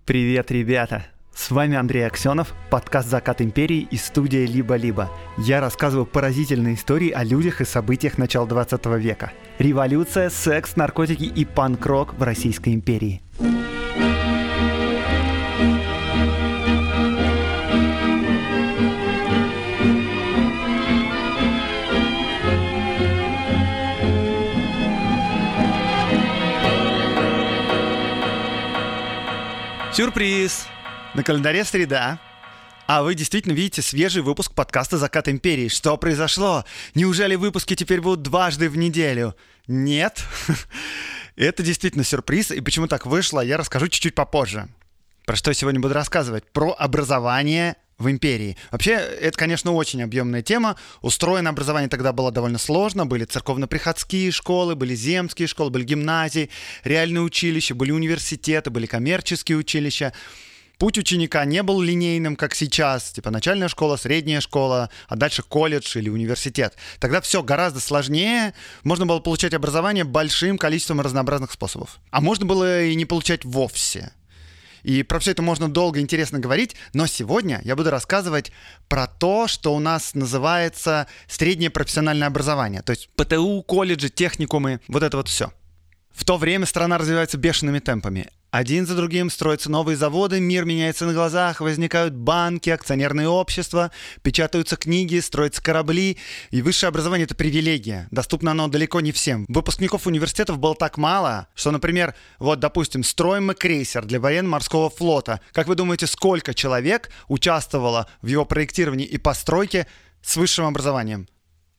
Привет, ребята! С вами Андрей Аксенов, подкаст «Закат империи» и студия «Либо-либо». Я рассказываю поразительные истории о людях и событиях начала 20 века. Революция, секс, наркотики и панк-рок в Российской империи. Сюрприз! На календаре среда, а вы действительно видите свежий выпуск подкаста «Закат империи». Что произошло? Неужели выпуски теперь будут дважды в неделю? Нет. Это действительно сюрприз, и почему так вышло, я расскажу чуть-чуть попозже. Про что я сегодня буду рассказывать? Про образование в империи. Вообще, это, конечно, очень объемная тема. Устроено образование тогда было довольно сложно. Были церковно-приходские школы, были земские школы, были гимназии, реальные училища, были университеты, были коммерческие училища. Путь ученика не был линейным, как сейчас, типа начальная школа, средняя школа, а дальше колледж или университет. Тогда все гораздо сложнее, можно было получать образование большим количеством разнообразных способов. А можно было и не получать вовсе. И про все это можно долго и интересно говорить, но сегодня я буду рассказывать про то, что у нас называется среднее профессиональное образование. То есть ПТУ, колледжи, техникумы, вот это вот все. В то время страна развивается бешеными темпами. Один за другим строятся новые заводы, мир меняется на глазах, возникают банки, акционерные общества, печатаются книги, строятся корабли. И высшее образование — это привилегия. Доступно оно далеко не всем. Выпускников университетов было так мало, что, например, вот, допустим, строим мы крейсер для военно-морского флота. Как вы думаете, сколько человек участвовало в его проектировании и постройке с высшим образованием?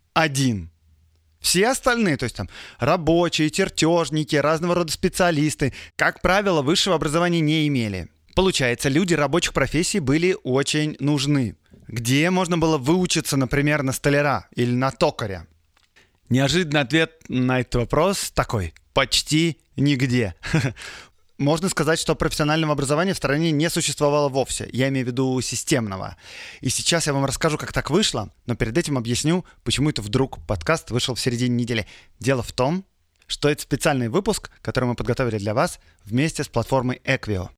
1. Все остальные, то есть там рабочие, чертежники, разного рода специалисты, как правило, высшего образования не имели. Получается, люди рабочих профессий были очень нужны. Где можно было выучиться, например, на столяра или на токаря? Неожиданный ответ на этот вопрос такой: почти нигде. Можно сказать, что профессионального образования в стране не существовало вовсе. Я имею в виду системного. И сейчас я вам расскажу, как так вышло, но перед этим объясню, почему это вдруг подкаст вышел в середине недели. Дело в том, что это специальный выпуск, который мы подготовили для вас вместе с платформой Equio.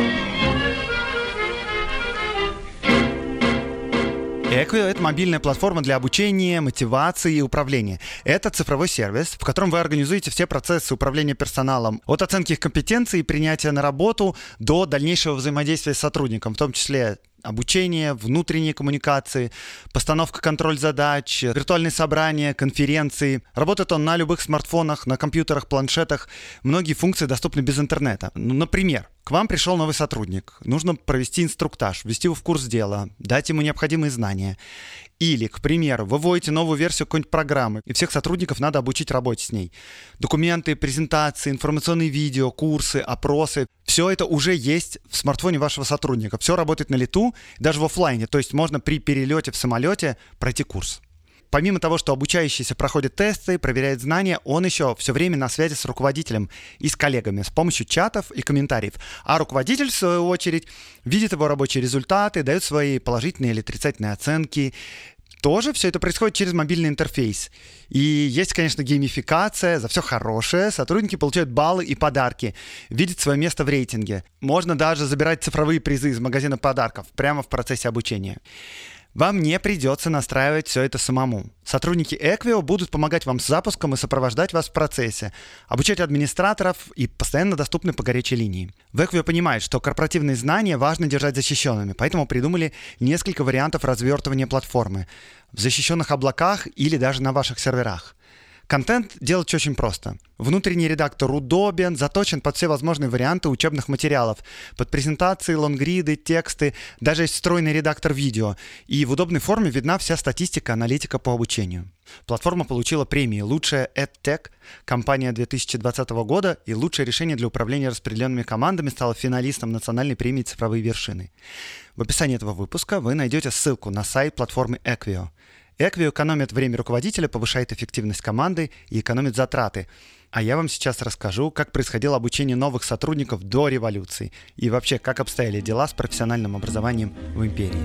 Equio — это мобильная платформа для обучения, мотивации и управления. Это цифровой сервис, в котором вы организуете все процессы управления персоналом, от оценки их компетенций и принятия на работу до дальнейшего взаимодействия с сотрудником, в том числе обучение, внутренние коммуникации, постановка, контроль задач, виртуальные собрания, конференции. Работает он на любых смартфонах, на компьютерах, планшетах. Многие функции доступны без интернета. Например, к вам пришел новый сотрудник. Нужно провести инструктаж, ввести его в курс дела, дать ему необходимые знания. Или, к примеру, вы вводите новую версию какой-нибудь программы, и всех сотрудников надо обучить работе с ней. Документы, презентации, информационные видео, курсы, опросы — все это уже есть в смартфоне вашего сотрудника. Все работает на лету, даже в офлайне, то есть можно при перелете в самолете пройти курс. Помимо того, что обучающийся проходит тесты, проверяет знания, он еще все время на связи с руководителем и с коллегами с помощью чатов и комментариев. А руководитель, в свою очередь, видит его рабочие результаты, дает свои положительные или отрицательные оценки. Тоже все это происходит через мобильный интерфейс. И есть, конечно, геймификация. За все хорошее сотрудники получают баллы и подарки, видят свое место в рейтинге. Можно даже забирать цифровые призы из магазина подарков прямо в процессе обучения. Вам не придется настраивать все это самому. Сотрудники Equio будут помогать вам с запуском и сопровождать вас в процессе, обучать администраторов и постоянно доступны по горячей линии. В Equio понимают, что корпоративные знания важно держать защищенными, поэтому придумали несколько вариантов развертывания платформы в защищенных облаках или даже на ваших серверах. Контент делать очень просто. Внутренний редактор удобен, заточен под все возможные варианты учебных материалов, под презентации, лонгриды, тексты, даже есть встроенный редактор видео. И в удобной форме видна вся статистика, аналитика по обучению. Платформа получила премии «Лучшая EdTech», компания 2020 года, и «Лучшее решение для управления распределенными командами» стала финалистом национальной премии «Цифровые вершины». В описании этого выпуска вы найдете ссылку на сайт платформы Equio. Equio экономит время руководителя, повышает эффективность команды и экономит затраты. А я вам сейчас расскажу, как происходило обучение новых сотрудников до революции и вообще, как обстояли дела с профессиональным образованием в империи.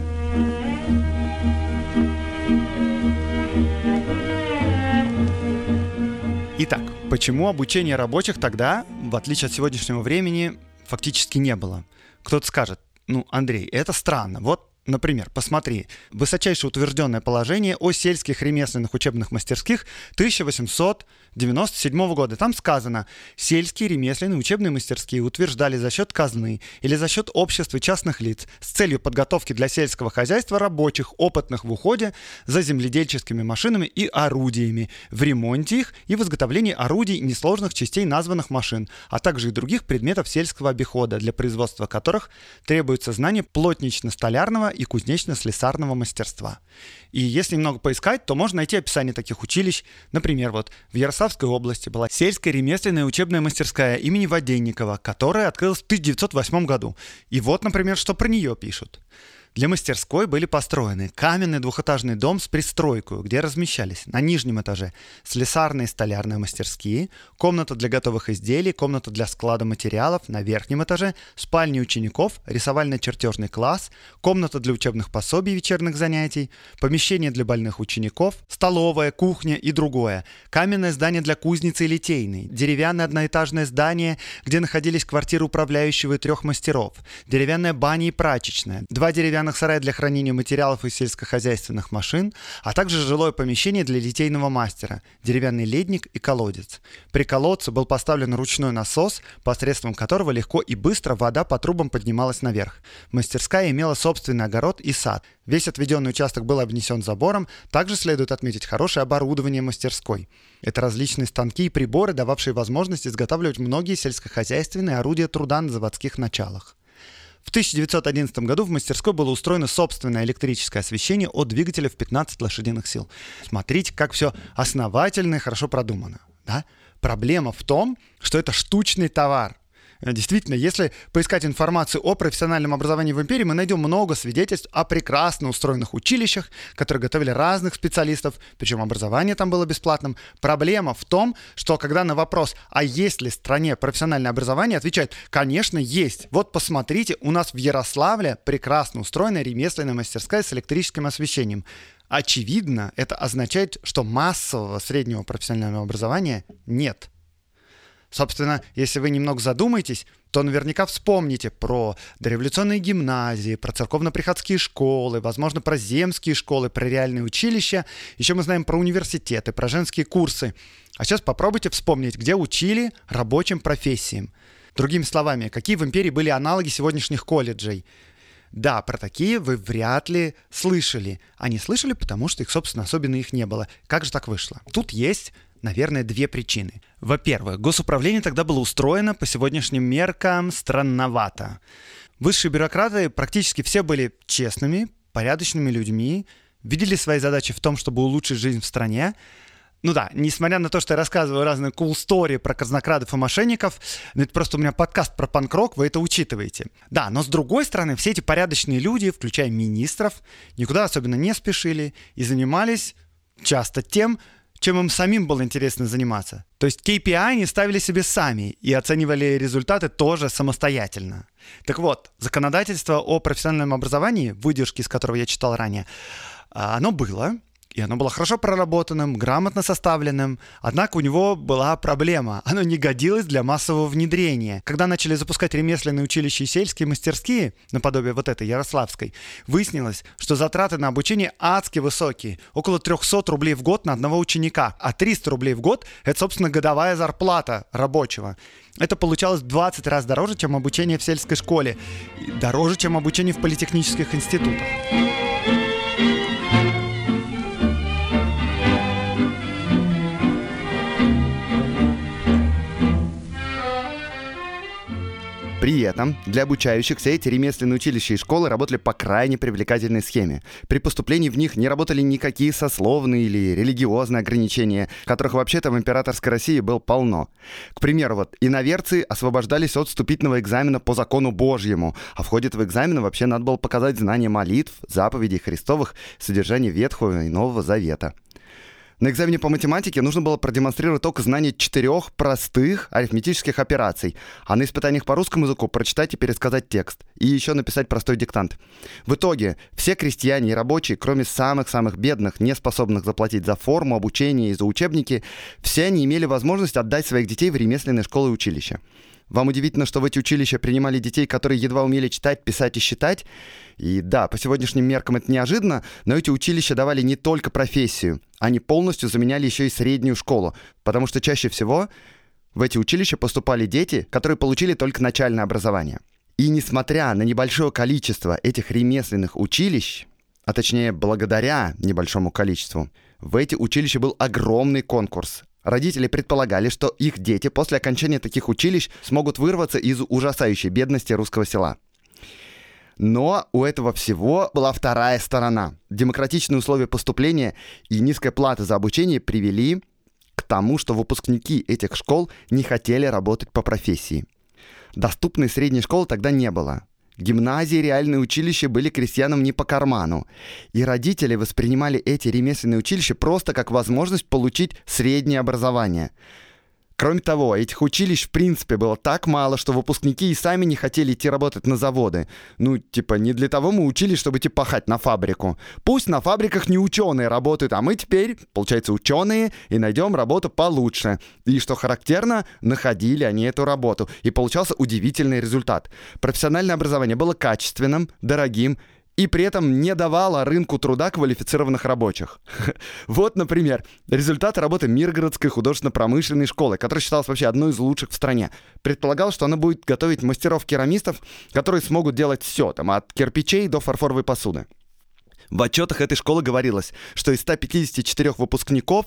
Итак, почему обучения рабочих тогда, в отличие от сегодняшнего времени, фактически не было? Кто-то скажет, Андрей, это странно. Вот, например, посмотри, высочайшее утвержденное положение о сельских ремесленных учебных мастерских 1897 года. Там сказано, сельские ремесленные учебные мастерские утверждали за счет казны или за счет обществ и частных лиц с целью подготовки для сельского хозяйства рабочих, опытных в уходе за земледельческими машинами и орудиями, в ремонте их и в изготовлении орудий и несложных частей названных машин, а также и других предметов сельского обихода, для производства которых требуется знание плотнично-столярного и кузнечно-слесарного мастерства. И если немного поискать, то можно найти описание таких училищ. Например, вот в Ярославской области была сельская ремесленная учебная мастерская имени Воденникова, которая открылась в 1908 году. И вот, например, что про нее пишут. Для мастерской были построены каменный двухэтажный дом с пристройкой, где размещались на нижнем этаже слесарные и столярные мастерские, комната для готовых изделий, комната для склада материалов, на верхнем этаже спальни учеников, рисовально-чертежный класс, комната для учебных пособий и вечерних занятий, помещение для больных учеников, столовая, кухня и другое, каменное здание для кузницы и литейной, деревянное одноэтажное здание, где находились квартиры управляющего и 3 мастеров, деревянная баня и прачечная, 2 деревянных сарая для хранения материалов и сельскохозяйственных машин, а также жилое помещение для литейного мастера, деревянный ледник и колодец. При колодце был поставлен ручной насос, посредством которого легко и быстро вода по трубам поднималась наверх. Мастерская имела собственный огород и сад. Весь отведенный участок был обнесен забором. Также следует отметить хорошее оборудование мастерской. Это различные станки и приборы, дававшие возможность изготавливать многие сельскохозяйственные орудия труда на заводских началах. В 1911 году в мастерской было устроено собственное электрическое освещение от двигателя в 15 лошадиных сил. Смотрите, как все основательно и хорошо продумано. Да? Проблема в том, что это штучный товар. Действительно, если поискать информацию о профессиональном образовании в империи, мы найдем много свидетельств о прекрасно устроенных училищах, которые готовили разных специалистов, причем образование там было бесплатным. Проблема в том, что когда на вопрос, а есть ли в стране профессиональное образование, отвечают, конечно, есть. Вот посмотрите, у нас в Ярославле прекрасно устроенная ремесленная мастерская с электрическим освещением. Очевидно, это означает, что массового среднего профессионального образования нет. Собственно, если вы немного задумаетесь, то наверняка вспомните про дореволюционные гимназии, про церковно-приходские школы, возможно, про земские школы, про реальные училища. Еще мы знаем про университеты, про женские курсы. А сейчас попробуйте вспомнить, где учили рабочим профессиям. Другими словами, какие в империи были аналоги сегодняшних колледжей. Да, про такие вы вряд ли слышали. А не слышали, потому что их, собственно, особенно их не было. Как же так вышло? Тут есть, наверное, 2 причины. Во-первых, госуправление тогда было устроено по сегодняшним меркам странновато. Высшие бюрократы практически все были честными, порядочными людьми, видели свои задачи в том, чтобы улучшить жизнь в стране. Ну да, несмотря на то, что я рассказываю разные cool story про казнокрадов и мошенников, это просто у меня подкаст про панк-рок, вы это учитываете. Да, но с другой стороны, все эти порядочные люди, включая министров, никуда особенно не спешили и занимались часто тем, чем им самим было интересно заниматься. То есть KPI они ставили себе сами и оценивали результаты тоже самостоятельно. Так вот, законодательство о профессиональном образовании, выдержки из которого я читал ранее, оно было. И оно было хорошо проработанным, грамотно составленным. Однако у него была проблема. Оно не годилось для массового внедрения. Когда начали запускать ремесленные училища и сельские мастерские, наподобие вот этой Ярославской, выяснилось, что затраты на обучение адски высокие. Около 300 рублей в год на одного ученика. А 300 рублей в год – это, собственно, годовая зарплата рабочего. Это получалось в 20 раз дороже, чем обучение в сельской школе. И дороже, чем обучение в политехнических институтах. При этом для обучающихся эти ремесленные училища и школы работали по крайне привлекательной схеме. При поступлении в них не работали никакие сословные или религиозные ограничения, которых вообще-то в императорской России было полно. К примеру, иноверцы освобождались от вступительного экзамена по закону Божьему, а в ходе этого экзамена вообще надо было показать знание молитв, заповедей Христовых, содержание Ветхого и Нового Завета. На экзамене по математике нужно было продемонстрировать только знание 4 простых арифметических операций, а на испытаниях по русскому языку прочитать и пересказать текст, и еще написать простой диктант. В итоге все крестьяне и рабочие, кроме самых-самых бедных, не способных заплатить за форму, обучение и за учебники, все они имели возможность отдать своих детей в ремесленные школы и училища. Вам удивительно, что в эти училища принимали детей, которые едва умели читать, писать и считать? И да, по сегодняшним меркам это неожиданно, но эти училища давали не только профессию, они полностью заменяли еще и среднюю школу, потому что чаще всего в эти училища поступали дети, которые получили только начальное образование. И несмотря на небольшое количество этих ремесленных училищ, а точнее благодаря небольшому количеству, в эти училища был огромный конкурс. Родители предполагали, что их дети после окончания таких училищ смогут вырваться из ужасающей бедности русского села. Но у этого всего была вторая сторона. Демократичные условия поступления и низкая плата за обучение привели к тому, что выпускники этих школ не хотели работать по профессии. Доступной средней школы тогда не было. Гимназии и реальные училища были крестьянам не по карману. И родители воспринимали эти ремесленные училища просто как возможность получить среднее образование. Кроме того, этих училищ в принципе было так мало, что выпускники и сами не хотели идти работать на заводы. Не для того мы учились, чтобы идти пахать на фабрику. Пусть на фабриках не ученые работают, а мы теперь, получается, ученые, и найдем работу получше. И что характерно, находили они эту работу. И получался удивительный результат. Профессиональное образование было качественным, дорогим, и при этом не давала рынку труда квалифицированных рабочих. Вот, например, результат работы Миргородской художественно-промышленной школы, которая считалась вообще одной из лучших в стране. Предполагалось, что она будет готовить мастеров-керамистов, которые смогут делать все, от кирпичей до фарфоровой посуды. В отчетах этой школы говорилось, что из 154 выпускников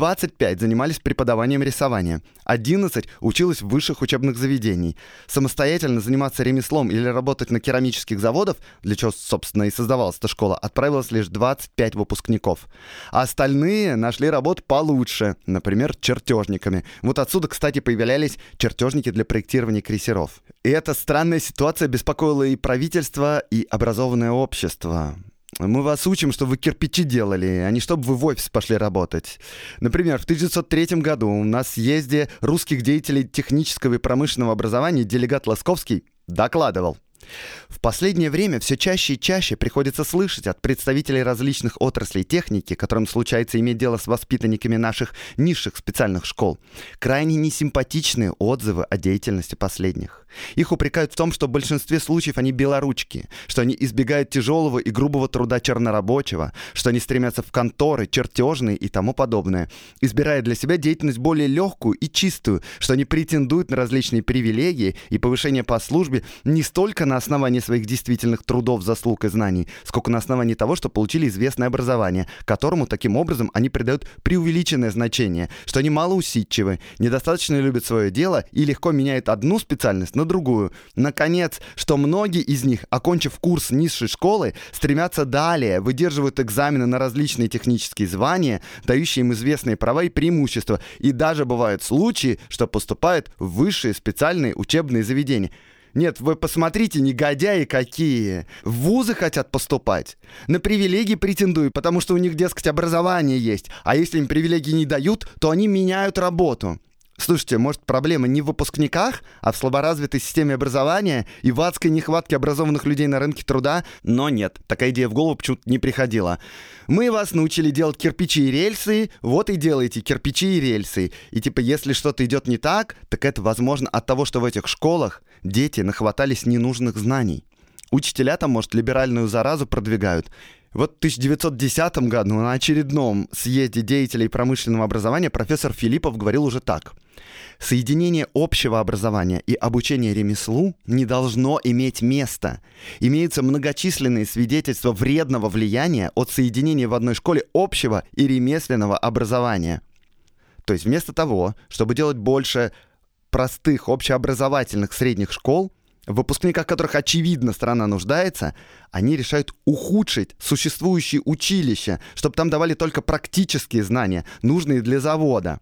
25 занимались преподаванием рисования, 11 училось в высших учебных заведениях. Самостоятельно заниматься ремеслом или работать на керамических заводах, для чего, собственно, и создавалась эта школа, отправилось лишь 25 выпускников. А остальные нашли работу получше, например, чертежниками. Вот отсюда, кстати, появлялись чертежники для проектирования крейсеров. И эта странная ситуация беспокоила и правительство, и образованное общество. Мы вас учим, чтобы вы кирпичи делали, а не чтобы вы в офис пошли работать. Например, в 1903 году на съезде русских деятелей технического и промышленного образования делегат Лосковский докладывал: в последнее время все чаще и чаще приходится слышать от представителей различных отраслей техники, которым случается иметь дело с воспитанниками наших низших специальных школ, крайне несимпатичные отзывы о деятельности последних. Их упрекают в том, что в большинстве случаев они белоручки, что они избегают тяжелого и грубого труда чернорабочего, что они стремятся в конторы, чертежные и тому подобное, избирая для себя деятельность более легкую и чистую, что они претендуют на различные привилегии и повышение по службе не столько на основании своих действительных трудов, заслуг и знаний, сколько на основании того, что получили известное образование, которому таким образом они придают преувеличенное значение, что они малоусидчивы, недостаточно любят свое дело и легко меняют одну специальность на другую. Наконец, что многие из них, окончив курс низшей школы, стремятся далее, выдерживают экзамены на различные технические звания, дающие им известные права и преимущества, и даже бывают случаи, что поступают в высшие специальные учебные заведения. Нет, вы посмотрите, негодяи какие. В вузы хотят поступать. На привилегии претендуют, потому что у них, дескать, образование есть. А если им привилегии не дают, то они меняют работу. Слушайте, может, проблема не в выпускниках, а в слаборазвитой системе образования и в адской нехватке образованных людей на рынке труда? Но нет, такая идея в голову почему-то не приходила. Мы вас научили делать кирпичи и рельсы, вот и делайте кирпичи и рельсы. И если что-то идет не так, так это возможно от того, что в этих школах дети нахватались ненужных знаний. Учителя там, может, либеральную заразу продвигают. Вот в 1910 году на очередном съезде деятелей промышленного образования профессор Филиппов говорил уже так. Соединение общего образования и обучения ремеслу не должно иметь места. Имеются многочисленные свидетельства вредного влияния от соединения в одной школе общего и ремесленного образования. То есть вместо того, чтобы делать больше простых общеобразовательных средних школ, в выпускниках которых, очевидно, страна нуждается, они решают ухудшить существующие училища, чтобы там давали только практические знания, нужные для завода.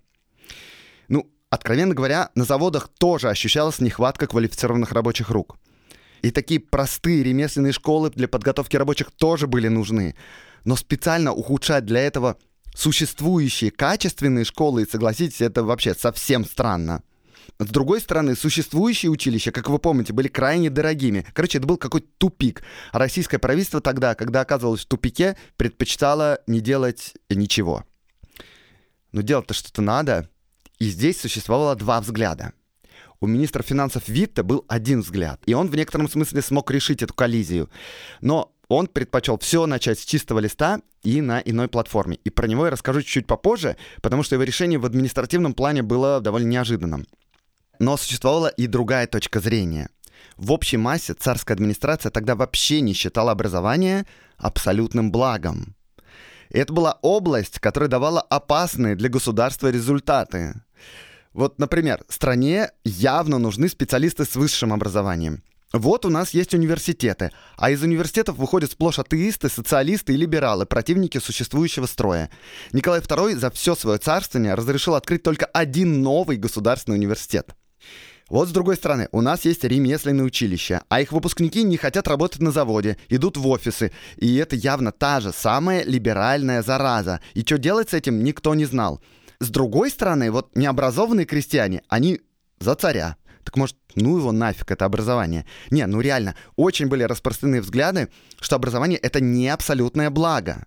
Откровенно говоря, на заводах тоже ощущалась нехватка квалифицированных рабочих рук. И такие простые ремесленные школы для подготовки рабочих тоже были нужны. Но специально ухудшать для этого существующие качественные школы, и согласитесь, это вообще совсем странно. С другой стороны, существующие училища, как вы помните, были крайне дорогими. Короче, это был какой-то тупик. А российское правительство тогда, когда оказывалось в тупике, предпочитало не делать ничего. Но делать-то что-то надо. И здесь существовало два взгляда. У министра финансов Витте был один взгляд, и он в некотором смысле смог решить эту коллизию. Но он предпочел все начать с чистого листа и на иной платформе. И про него я расскажу чуть-чуть попозже, потому что его решение в административном плане было довольно неожиданным. Но существовала и другая точка зрения. В общей массе царская администрация тогда вообще не считала образование абсолютным благом. Это была область, которая давала опасные для государства результаты. Вот, например, стране явно нужны специалисты с высшим образованием. Вот у нас есть университеты, а из университетов выходят сплошь атеисты, социалисты и либералы, противники существующего строя. Николай II за все свое царствование разрешил открыть только один новый государственный университет. Вот с другой стороны, у нас есть ремесленные училища, а их выпускники не хотят работать на заводе, идут в офисы. И это явно та же самая либеральная зараза. И что делать с этим, никто не знал. С другой стороны, вот необразованные крестьяне, они за царя. Так может, ну его нафиг, это образование. Не, ну реально, очень были распространены взгляды, что образование — это не абсолютное благо.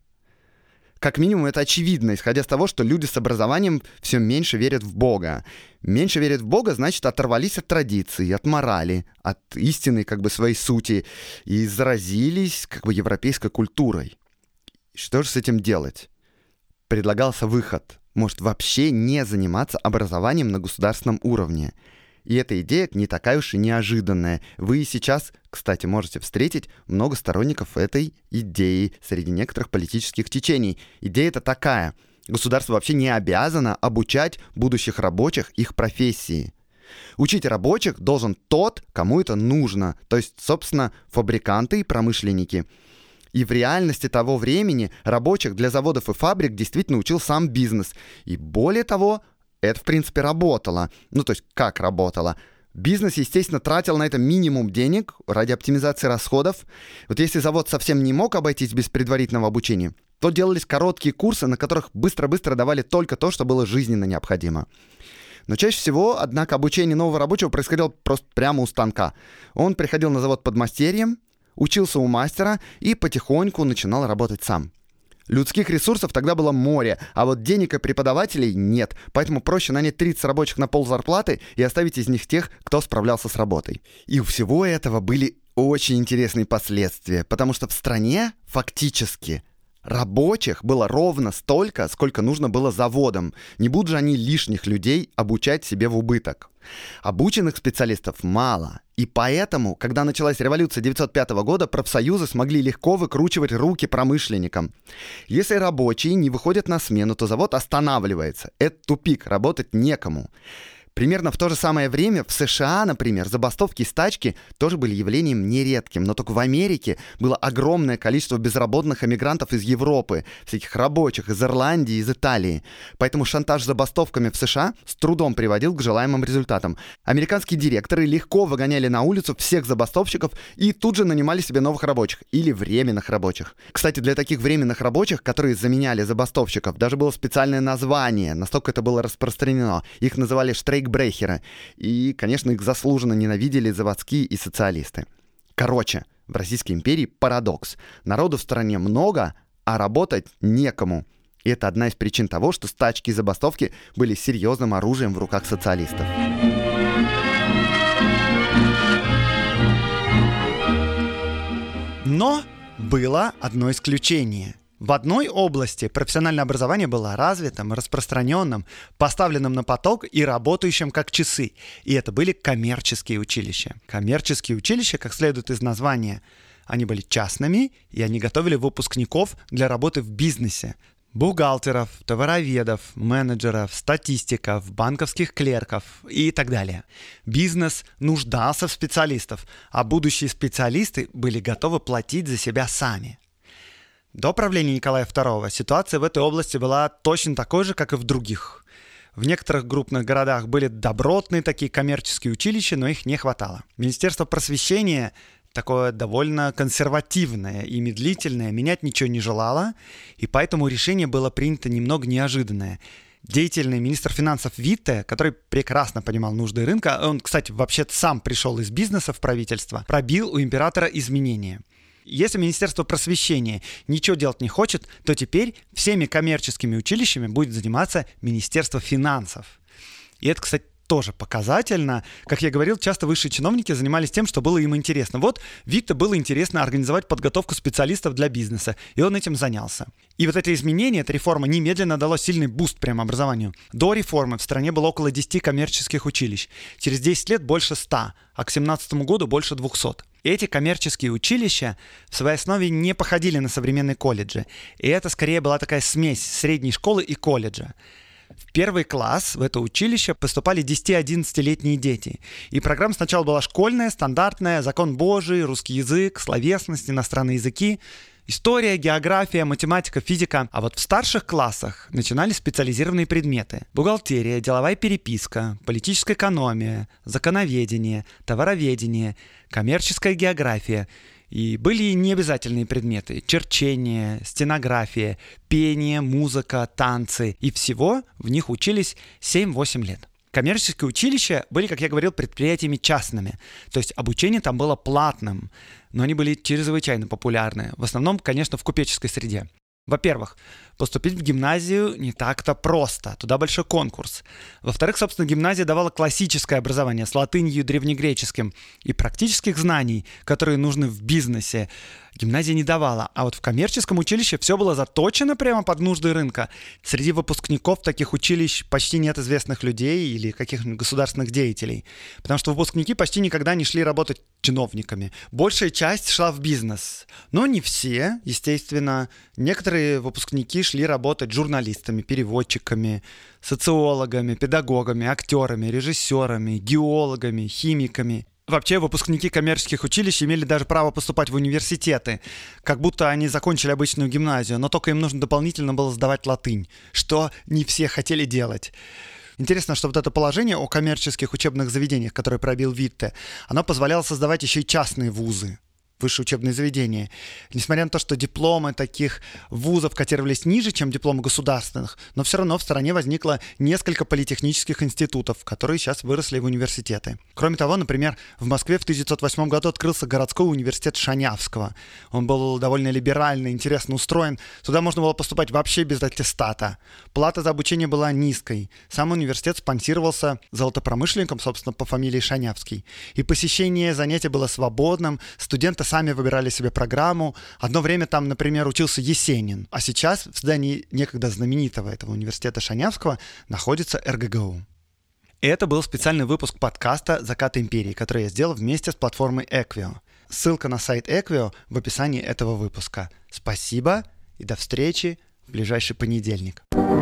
Как минимум, это очевидно, исходя из того, что люди с образованием все меньше верят в Бога. Меньше верят в Бога, значит, оторвались от традиций, от морали, от истинной своей сути и заразились европейской культурой. Что же с этим делать? Предлагался выход. Может, вообще не заниматься образованием на государственном уровне. И эта идея не такая уж и неожиданная. Вы и сейчас, кстати, можете встретить много сторонников этой идеи среди некоторых политических течений. Идея-то такая. Государство вообще не обязано обучать будущих рабочих их профессии. Учить рабочих должен тот, кому это нужно. То есть, собственно, фабриканты и промышленники. И в реальности того времени рабочих для заводов и фабрик действительно учил сам бизнес. И более того, это, в принципе, работало. Ну, то есть, как работало? Бизнес, естественно, тратил на это минимум денег ради оптимизации расходов. Вот если завод совсем не мог обойтись без предварительного обучения, то делались короткие курсы, на которых быстро-быстро давали только то, что было жизненно необходимо. Но чаще всего, однако, обучение нового рабочего происходило просто прямо у станка. Он приходил на завод подмастерьем, учился у мастера и потихоньку начинал работать сам. Людских ресурсов тогда было море, а вот денег и преподавателей нет, поэтому проще нанять 30 рабочих на ползарплаты и оставить из них тех, кто справлялся с работой. И у всего этого были очень интересные последствия, потому что в стране фактически рабочих было ровно столько, сколько нужно было заводам. Не будут же они лишних людей обучать себе в убыток. Обученных специалистов мало. И поэтому, когда началась революция 1905 года, профсоюзы смогли легко выкручивать руки промышленникам. Если рабочие не выходят на смену, то завод останавливается. Это тупик, работать некому. Примерно в то же самое время в США, например, забастовки и стачки тоже были явлением нередким. Но только в Америке было огромное количество безработных эмигрантов из Европы, всяких рабочих из Ирландии, из Италии. Поэтому шантаж забастовками в США с трудом приводил к желаемым результатам. Американские директоры легко выгоняли на улицу всех забастовщиков и тут же нанимали себе новых рабочих или временных рабочих. Кстати, для таких временных рабочих, которые заменяли забастовщиков, даже было специальное название, настолько это было распространено. Их называли штрейкбрехеры. И, конечно, их заслуженно ненавидели заводские и социалисты. Короче, в Российской империи парадокс. Народу в стране много, а работать некому. И это одна из причин того, что стачки и забастовки были серьезным оружием в руках социалистов. Но было одно исключение. В одной области профессиональное образование было развитым, распространенным, поставленным на поток и работающим как часы. И это были коммерческие училища. Коммерческие училища, как следует из названия, они были частными, и они готовили выпускников для работы в бизнесе. Бухгалтеров, товароведов, менеджеров, статистиков, банковских клерков и так далее. Бизнес нуждался в специалистах, а будущие специалисты были готовы платить за себя сами. До правления Николая II ситуация в этой области была точно такой же, как и в других. В некоторых крупных городах были добротные такие коммерческие училища, но их не хватало. Министерство просвещения, такое довольно консервативное и медлительное, менять ничего не желало, и поэтому решение было принято немного неожиданное. Деятельный министр финансов Витте, который прекрасно понимал нужды рынка, он, кстати, вообще-то сам пришел из бизнеса в правительство, пробил у императора изменения. Если Министерство просвещения ничего делать не хочет, то теперь всеми коммерческими училищами будет заниматься Министерство финансов. И это, кстати, тоже показательно. Как я говорил, часто высшие чиновники занимались тем, что было им интересно. Вот Витте было интересно организовать подготовку специалистов для бизнеса, и он этим занялся. И вот это изменение, эта реформа немедленно дало сильный буст прямо образованию. До реформы в стране было около 10 коммерческих училищ. Через 10 лет больше 100, а к 2017 году больше 200. Эти коммерческие училища в своей основе не походили на современные колледжи. И это скорее была такая смесь средней школы и колледжа. В первый класс в это училище поступали 10-11-летние дети. И программа сначала была школьная, стандартная, закон Божий, русский язык, словесность, иностранные языки, история, география, математика, физика. А вот в старших классах начинались специализированные предметы. Бухгалтерия, деловая переписка, политическая экономия, законоведение, товароведение, коммерческая география. И были и необязательные предметы – черчение, стенография, пение, музыка, танцы. И всего в них учились 7-8 лет. Коммерческие училища были, как я говорил, предприятиями частными. То есть обучение там было платным, но они были чрезвычайно популярны. В основном, конечно, в купеческой среде. Во-первых, поступить в гимназию не так-то просто, туда большой конкурс. Во-вторых, собственно, гимназия давала классическое образование с латынью и древнегреческим, и практических знаний, которые нужны в бизнесе, гимназия не давала. А вот в коммерческом училище все было заточено прямо под нужды рынка. Среди выпускников таких училищ почти нет известных людей или каких-нибудь государственных деятелей, потому что выпускники почти никогда не шли работать чиновниками. Большая часть шла в бизнес. Но не все, естественно. Некоторые выпускники шли работать журналистами, переводчиками, социологами, педагогами, актерами, режиссерами, геологами, химиками. Вообще, выпускники коммерческих училищ имели даже право поступать в университеты, как будто они закончили обычную гимназию, но только им нужно дополнительно было сдавать латынь, что не все хотели делать. Интересно, что вот это положение о коммерческих учебных заведениях, которое пробил Витте, оно позволяло создавать еще и частные вузы, высшие учебные заведения. Несмотря на то, что дипломы таких вузов котировались ниже, чем дипломы государственных, но все равно в стране возникло несколько политехнических институтов, которые сейчас выросли в университеты. Кроме того, например, в Москве в 1908 году открылся городской университет Шанявского. Он был довольно либерально, интересно устроен. Туда можно было поступать вообще без аттестата. Плата за обучение была низкой. Сам университет спонсировался золотопромышленником, собственно, по фамилии Шанявский. И посещение занятий было свободным, студенты сами выбирали себе программу. Одно время там, например, учился Есенин. А сейчас в здании некогда знаменитого этого университета Шанявского находится РГГУ. Это был специальный выпуск подкаста «Закат империи», который я сделал вместе с платформой Equio. Ссылка на сайт Equio в описании этого выпуска. Спасибо и до встречи в ближайший понедельник.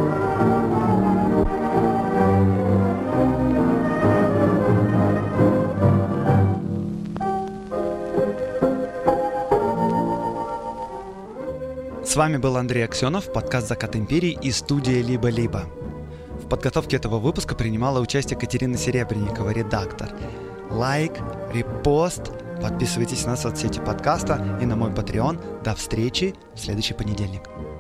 С вами был Андрей Аксенов, подкаст «Закат империи» и студия «Либо-либо». В подготовке этого выпуска принимала участие Катерина Серебренникова, редактор. Лайк, репост, подписывайтесь на соцсети подкаста и на мой Patreon. До встречи в следующий понедельник.